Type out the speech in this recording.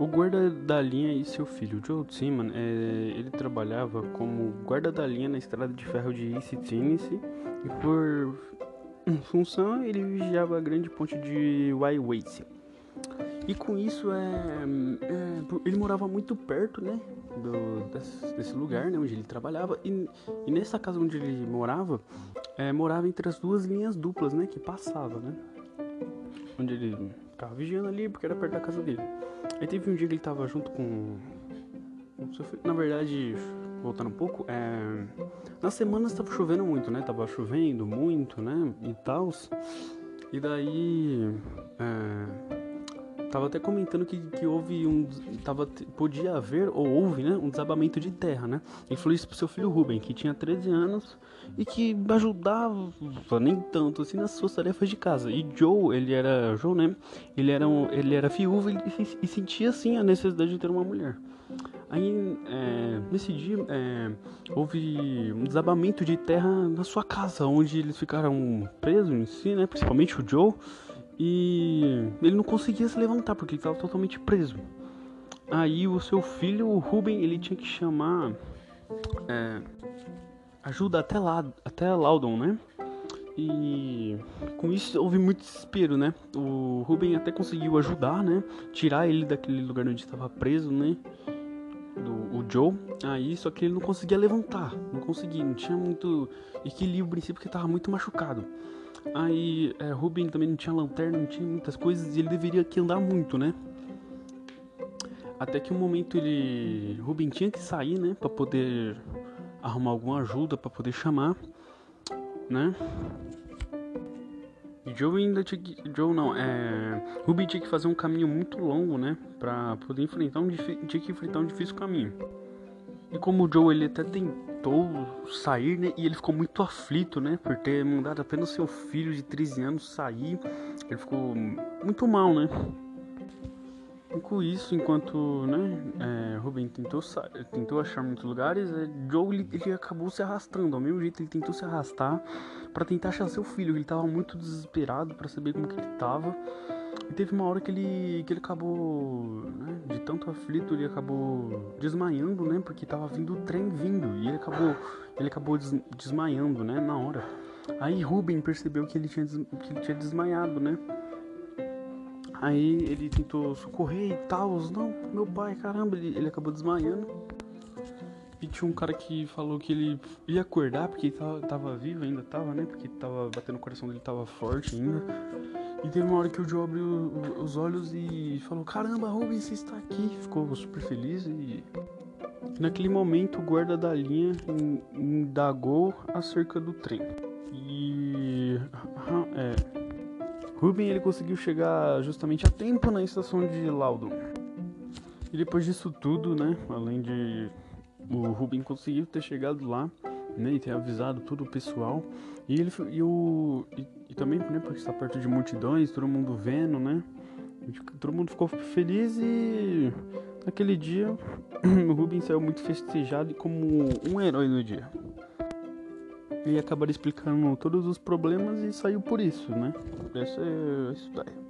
O guarda da linha e seu filho, Joe Seaman, ele trabalhava como guarda da linha na estrada de ferro de East Tennessee e por função ele vigiava a grande ponte de Waiwassee. E com isso ele morava muito perto, né, desse lugar, né, onde ele trabalhava, e nessa casa onde ele morava, morava entre as duas linhas duplas, né, que passava, né, onde ele ficava vigiando ali porque era perto da casa dele. Aí teve um dia que ele tava junto com seu filho. Na verdade, voltando um pouco, na semana estava chovendo muito, né, tava chovendo muito, né, e tal, e daí tava até comentando que houve podia haver, ou houve, né, um desabamento de terra, né? Ele falou isso pro seu filho Ruben, que tinha 13 anos e que ajudava, nem tanto assim, nas suas tarefas de casa. E Joe, né? Ele era viúvo e sentia, assim, a necessidade de ter uma mulher. Aí, nesse dia, houve um desabamento de terra na sua casa, onde eles ficaram presos em si, né? Principalmente o Joe. E ele não conseguia se levantar porque ele estava totalmente preso. Aí o seu filho, o Ruben, ele tinha que chamar ajuda até Loudon, né? E com isso houve muito desespero, né? O Ruben até conseguiu ajudar, né? Tirar ele daquele lugar onde estava preso, né? O Joe. Aí só que ele não conseguia levantar, não tinha muito equilíbrio em si porque estava muito machucado. Aí Ruben também não tinha lanterna, não tinha muitas coisas e ele deveria que andar muito, né? Até que um momento Ruben tinha que sair, né? Pra poder arrumar alguma ajuda, pra poder chamar, né? E Ruben tinha que fazer um caminho muito longo, né? Pra poder tinha que enfrentar um difícil caminho. E como o Joe, ele até tentou sair, né, e ele ficou muito aflito, né, por ter mandado apenas seu filho de 13 anos sair. Ele ficou muito mal, né. E com isso, enquanto, né, Ruben tentou achar muitos lugares, Joe, ele acabou se arrastando. Ao mesmo jeito, ele tentou se arrastar para tentar achar seu filho. Ele estava muito desesperado para saber como que ele estava. E teve uma hora que ele acabou, né, de tanto aflito, ele acabou desmaiando, né, porque tava vindo o trem vindo, e ele acabou desmaiando, né, na hora. Aí Ruben percebeu que ele tinha desmaiado, né. Aí ele tentou socorrer e tal, não, meu pai, caramba, ele acabou desmaiando. E tinha um cara que falou que ele ia acordar porque ele tava vivo, ainda tava, né, porque tava batendo, o coração dele tava forte ainda. E teve uma hora que o Joe abriu os olhos e falou: caramba, Rubens, você está aqui. Ficou super feliz e naquele momento o guarda da linha indagou acerca do trem. E Ruben, ele conseguiu chegar justamente a tempo na estação de Loudon. E depois disso tudo, né, além de o Ruben conseguiu ter chegado lá, né, e ter avisado todo o pessoal, e também, né, porque está perto de multidões, todo mundo vendo, né, todo mundo ficou feliz. E naquele dia o Ruben saiu muito festejado e como um herói do dia. Ele acabaram explicando todos os problemas e saiu por isso, né. Isso daí.